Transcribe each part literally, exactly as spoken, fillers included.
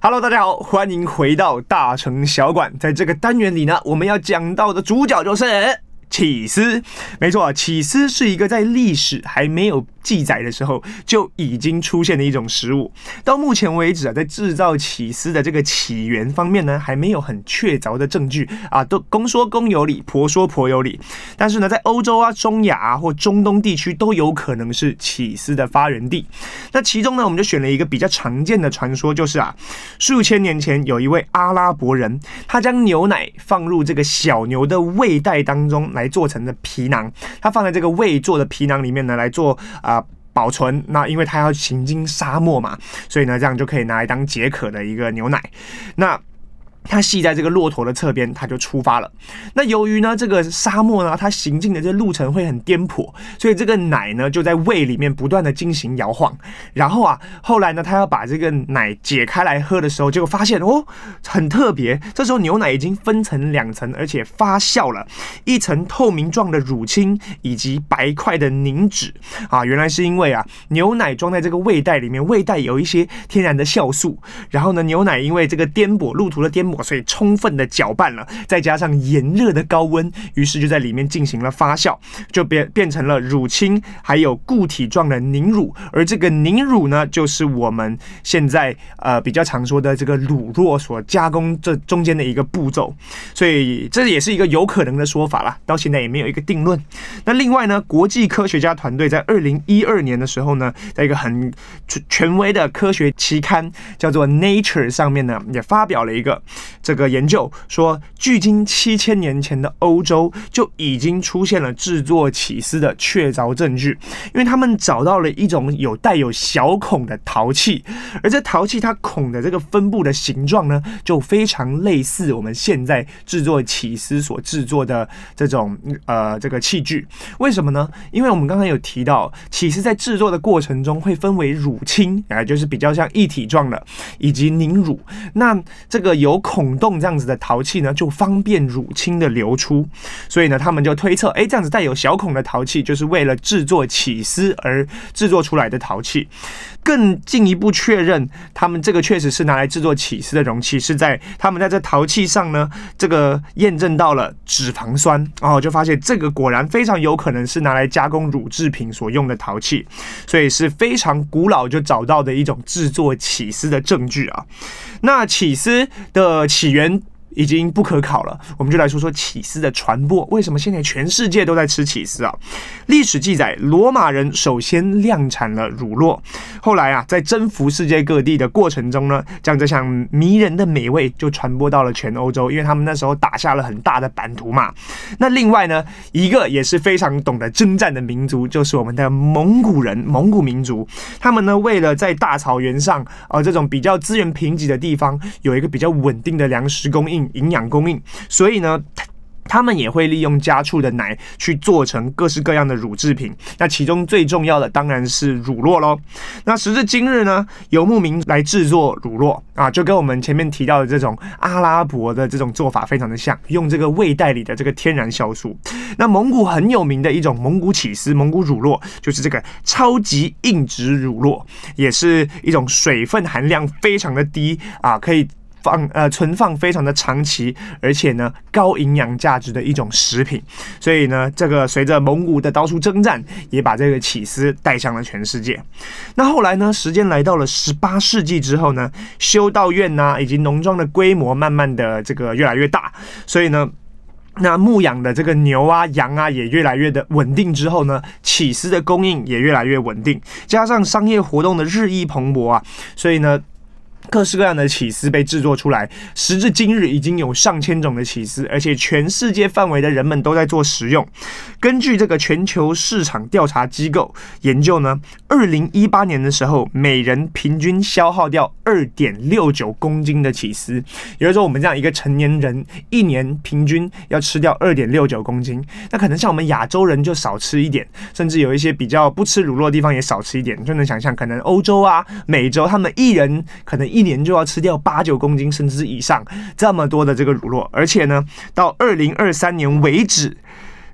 Hello， 大家好，欢迎回到大城小馆。在这个单元里呢，我们要讲到的主角就是起司。没错，起司是一个在历史还没有记载的时候就已经出现的一种食物。到目前为止啊，在制造起司的这个起源方面呢，还没有很确凿的证据啊，都公说公有理，婆说婆有理。但是呢，在欧洲啊、中亚啊或中东地区都有可能是起司的发源地。那其中呢，我们就选了一个比较常见的传说，就是啊，数千年前有一位阿拉伯人，他将牛奶放入这个小牛的胃袋当中来做成的皮囊，他放在这个胃做的皮囊里面呢来做啊。呃保存，那因为它要行经沙漠嘛，所以呢，这样就可以拿来当解渴的一个牛奶。那他系在这个骆驼的侧边，他就出发了。那由于呢，这个沙漠呢，它行进的这路程会很颠簸，所以这个奶呢就在胃里面不断的进行摇晃。然后啊，后来呢，他要把这个奶解开来喝的时候，结果发现哦，很特别。这时候牛奶已经分成两层，而且发酵了，一层透明状的乳清以及白块的凝脂啊，原来是因为啊，牛奶装在这个胃袋里面，胃袋有一些天然的酵素，然后呢，牛奶因为这个颠簸路途的颠簸。所以充分的搅拌了，再加上炎热的高温，于是就在里面进行了发酵，就变变成了乳清，还有固体状的凝乳。而这个凝乳呢，就是我们现在呃比较常说的这个乳酪所加工这中间的一个步骤。所以这也是一个有可能的说法啦，到现在也没有一个定论。那另外呢，国际科学家团队在二零一二年的时候呢，在一个很权威的科学期刊叫做 Nature 上面呢，也发表了一个。这个研究说，距今七千年前的欧洲就已经出现了制作起司的确凿证据，因为他们找到了一种有带有小孔的陶器，而这陶器它孔的这个分布的形状呢，就非常类似我们现在制作起司所制作的这种呃这个器具。为什么呢？因为我们刚才有提到，起司在制作的过程中会分为乳清，啊，就是比较像液体状的，以及凝乳。那这个有孔洞这样子的陶器呢，就方便乳清的流出，所以呢，他们就推测，哎，这样子带有小孔的陶器，就是为了制作起司而制作出来的陶器。更进一步确认，他们这个确实是拿来制作起司的容器，是在他们在这陶器上呢，这个验证到了脂肪酸，哦，就发现这个果然非常有可能是拿来加工乳制品所用的陶器，所以是非常古老就找到的一种制作起司的证据啊。那起司的起源已经不可考了，我们就来说说起司的传播。为什么现在全世界都在吃起司啊？历史记载，罗马人首先量产了乳酪，后来啊，在征服世界各地的过程中呢，将这项迷人的美味就传播到了全欧洲，因为他们那时候打下了很大的版图嘛。那另外呢，一个也是非常懂得征战的民族，就是我们的蒙古人，蒙古民族。他们呢，为了在大草原上，呃，这种比较资源贫瘠的地方，有一个比较稳定的粮食供应。营养供应，所以呢，他们也会利用家畜的奶去做成各式各样的乳制品。那其中最重要的当然是乳酪咯。那时至今日呢，游牧民来制作乳酪啊，就跟我们前面提到的这种阿拉伯的这种做法非常的像，用这个胃袋里的这个天然酵素。那蒙古很有名的一种蒙古起司、蒙古乳酪，就是这个超级硬质乳酪，也是一种水分含量非常的低啊，可以。放呃存放非常的长期，而且呢高营养价值的一种食品，所以呢，这个随着蒙古的到处征战，也把这个起司带向了全世界。那后来呢，时间来到了十八世纪之后呢，修道院呐、啊、以及农庄的规模慢慢的这个越来越大，所以呢。那牧养的这个牛啊、羊啊也越来越的稳定之后呢，起司的供应也越来越稳定，加上商业活动的日益蓬勃啊，所以呢。各式各样的起司被制作出来，时至今日已经有上千种的起司，而且全世界范围的人们都在做食用。根据这个全球市场调查机构研究呢，二零一八年的时候，每人平均消耗掉二点六九公斤的起司。也就是说，我们这样一个成年人一年平均要吃掉二点六九公斤，那可能像我们亚洲人就少吃一点，甚至有一些比较不吃乳酪的地方也少吃一点，就能想象，可能欧洲啊、美洲，他们一人可能一年就要吃掉八九公斤甚至以上这么多的这个乳酪，而且呢，到二零二三年为止，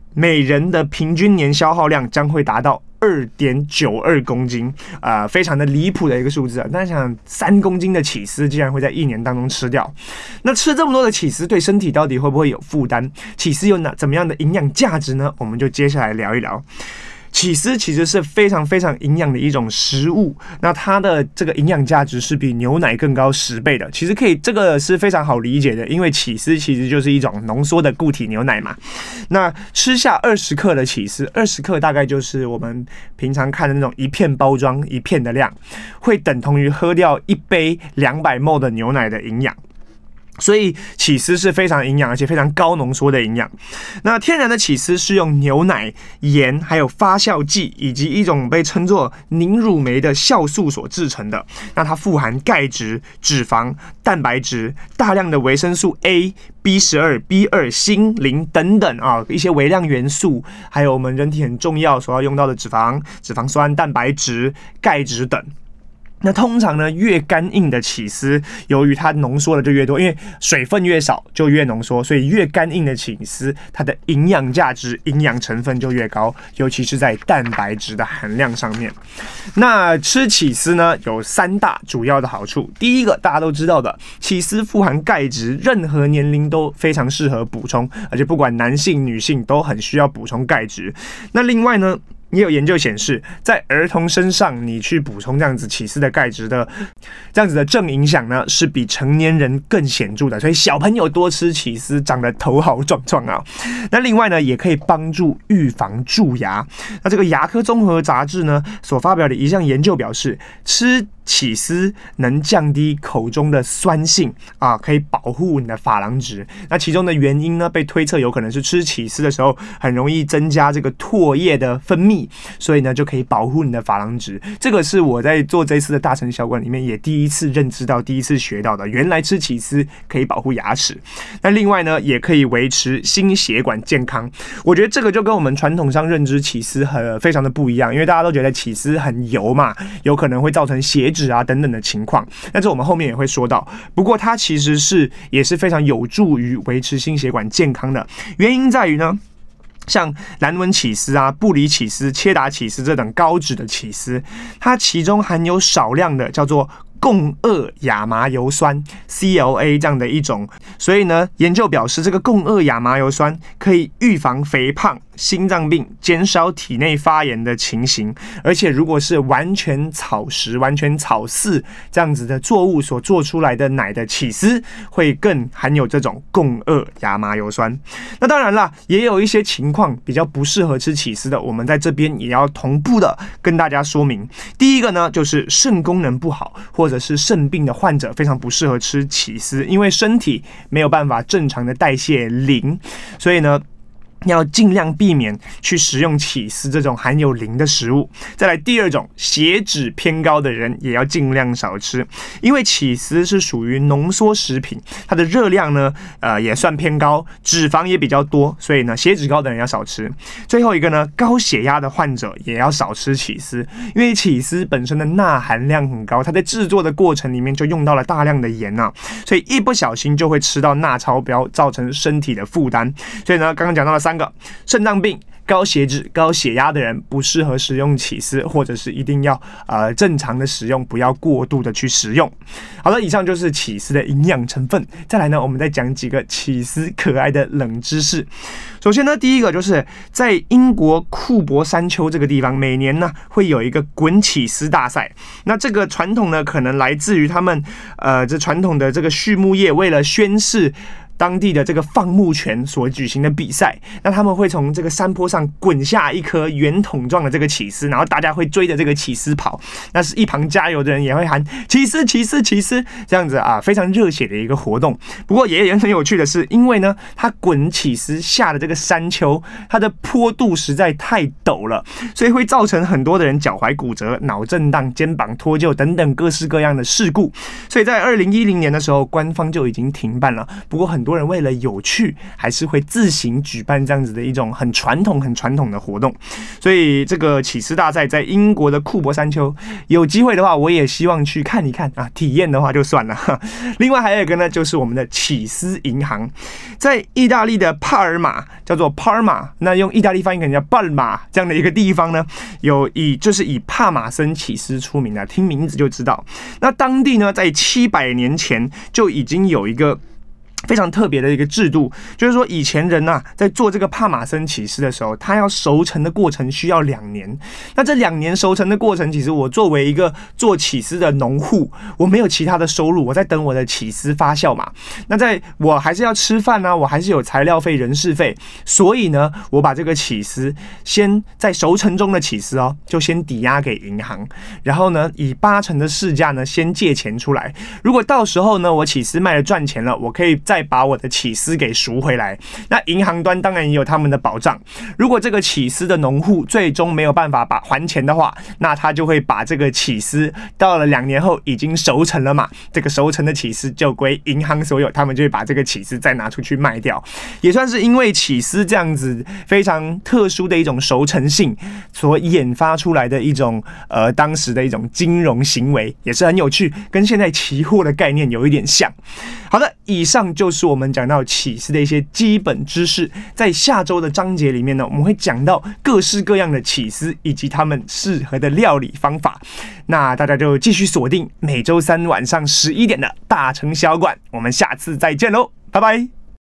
每人的平均年消耗量将会达到二点九二公斤，呃，非常的离谱的一个数字啊！大家想，三公斤的起司竟然会在一年当中吃掉，那吃这么多的起司对身体到底会不会有负担？起司有哪怎么样的营养价值呢？我们就接下来聊一聊。起司其实是非常非常营养的一种食物，那它的这个营养价值是比牛奶更高十倍的。其实可以，这个是非常好理解的，因为起司其实就是一种浓缩的固体牛奶嘛。那吃下二十克的起司，二十克大概就是我们平常看的那种一片包装一片的量，会等同于喝掉一杯两百 毫升 的牛奶的营养。所以起司是非常营养而且非常高浓缩的营养。那天然的起司是用牛奶、盐还有发酵剂以及一种被称作凝乳酶的酵素所制成的。那它富含钙质、脂肪、蛋白质、大量的维生素 A、B 十二、B 二、锌、磷等等啊一些微量元素，还有我们人体很重要所要用到的脂肪、脂肪酸、蛋白质、钙质等。那通常呢，越干硬的起司，由于它浓缩的就越多，因为水分越少就越浓缩，所以越干硬的起司，它的营养价值、营养成分就越高，尤其是在蛋白质的含量上面。那吃起司呢，有三大主要的好处。第一个，大家都知道的，起司富含钙质，任何年龄都非常适合补充，而且不管男性、女性都很需要补充钙质。那另外呢，也有研究显示，在儿童身上，你去补充这样子起司的钙质的这样子的正影响呢，是比成年人更显著的。所以小朋友多吃起司，长得头好壮壮啊。那另外呢，也可以帮助预防蛀牙。那这个牙科综合杂志呢所发表的一项研究表示，吃起司能降低口中的酸性啊，可以保护你的珐琅质。那其中的原因呢，被推测有可能是吃起司的时候很容易增加这个唾液的分泌，所以呢就可以保护你的珐琅质。这个是我在做这次的大成小馆里面也第一次认知到、第一次学到的，原来吃起司可以保护牙齿。那另外呢，也可以维持心血管健康。我觉得这个就跟我们传统上认知起司很非常的不一样，因为大家都觉得起司很油嘛，有可能会造成血脂啊等等的情况，但是我们后面也会说到。不过它其实是也是非常有助于维持心血管健康的，原因在于呢，像蓝纹起司啊、布里起司、切达起司这等高脂的起司，它其中含有少量的叫做共二亚麻油酸 C L A 这样的一种，所以呢，研究表示这个共二亚麻油酸可以预防肥胖、心脏病，减少体内发炎的情形。而且如果是完全草食、完全草饲这样子的作物所做出来的奶的起司，会更含有这种共二亚麻油酸。那当然啦，也有一些情况比较不适合吃起司的，我们在这边也要同步的跟大家说明。第一个呢，就是肾功能不好或者是肾病的患者非常不适合吃起司，因为身体没有办法正常的代谢磷，所以呢要尽量避免去食用起司这种含有磷的食物。再来第二种，血脂偏高的人也要尽量少吃，因为起司是属于浓缩食品，它的热量呢，呃也算偏高，脂肪也比较多，所以呢血脂高的人要少吃。最后一个呢，高血压的患者也要少吃起司，因为起司本身的钠含量很高，它在制作的过程里面就用到了大量的盐啊，所以一不小心就会吃到钠超标，造成身体的负担。所以呢，刚刚讲到了三个，肾脏病、高血脂、高血压的人不适合食用起司，或者是一定要呃正常的食用，不要过度的去食用。好了，以上就是起司的营养成分。再来呢，我们再讲几个起司可爱的冷知识。首先呢，第一个就是在英国库珀山丘这个地方，每年呢会有一个滚起司大赛。那这个传统呢，可能来自于他们呃这传统的这个畜牧业为了宣示当地的这个放牧权所举行的比赛，那他们会从这个山坡上滚下一颗圆筒状的这个起司，然后大家会追着这个起司跑，那是一旁加油的人也会喊起司起司起司，这样子啊，非常热血的一个活动。不过也很有趣的是，因为呢，它滚起司下的这个山丘，它的坡度实在太陡了，所以会造成很多的人脚踝骨折、脑震荡、肩膀脱臼等等各式各样的事故。所以在二零一零年的时候，官方就已经停办了。不过很多多人为了有趣，还是会自行举办这样子的一种很传统、很传统的活动。所以这个起司大赛在英国的库珀山丘，有机会的话，我也希望去看一看啊，体验的话就算了。另外还有一个呢，就是我们的起司银行，在意大利的帕尔马，叫做 Parma， 那用意大利翻译可能叫巴尔马这样的一个地方呢，有以就是以帕马森起司出名的，听名字就知道。那当地呢，在七百年前就已经有一个非常特别的一个制度，就是说以前人啊在做这个帕马森起司的时候，它要熟成的过程需要两年。那这两年熟成的过程，其实我作为一个做起司的农户，我没有其他的收入，我在等我的起司发酵嘛。那在我还是要吃饭啊，我还是有材料费、人事费，所以呢，我把这个起司先在熟成中的起司哦，就先抵押给银行，然后呢，以八成的市价呢先借钱出来。如果到时候呢，我起司卖了赚钱了，我可以再把我的起司给赎回来。那银行端当然也有他们的保障。如果这个起司的农户最终没有办法把还钱的话，那他就会把这个起司到了两年后已经熟成了嘛，这个熟成的起司就归银行所有，他们就会把这个起司再拿出去卖掉。也算是因为起司这样子非常特殊的一种熟成性所研发出来的一种呃当时的一种金融行为，也是很有趣，跟现在期货的概念有一点像。好的，以上就是我们讲到起司的一些基本知识。在下周的章节里面呢，我们会讲到各式各样的起司以及他们适合的料理方法。那大家就继续锁定每周三晚上十一点的大城小馆，我们下次再见喽，拜拜。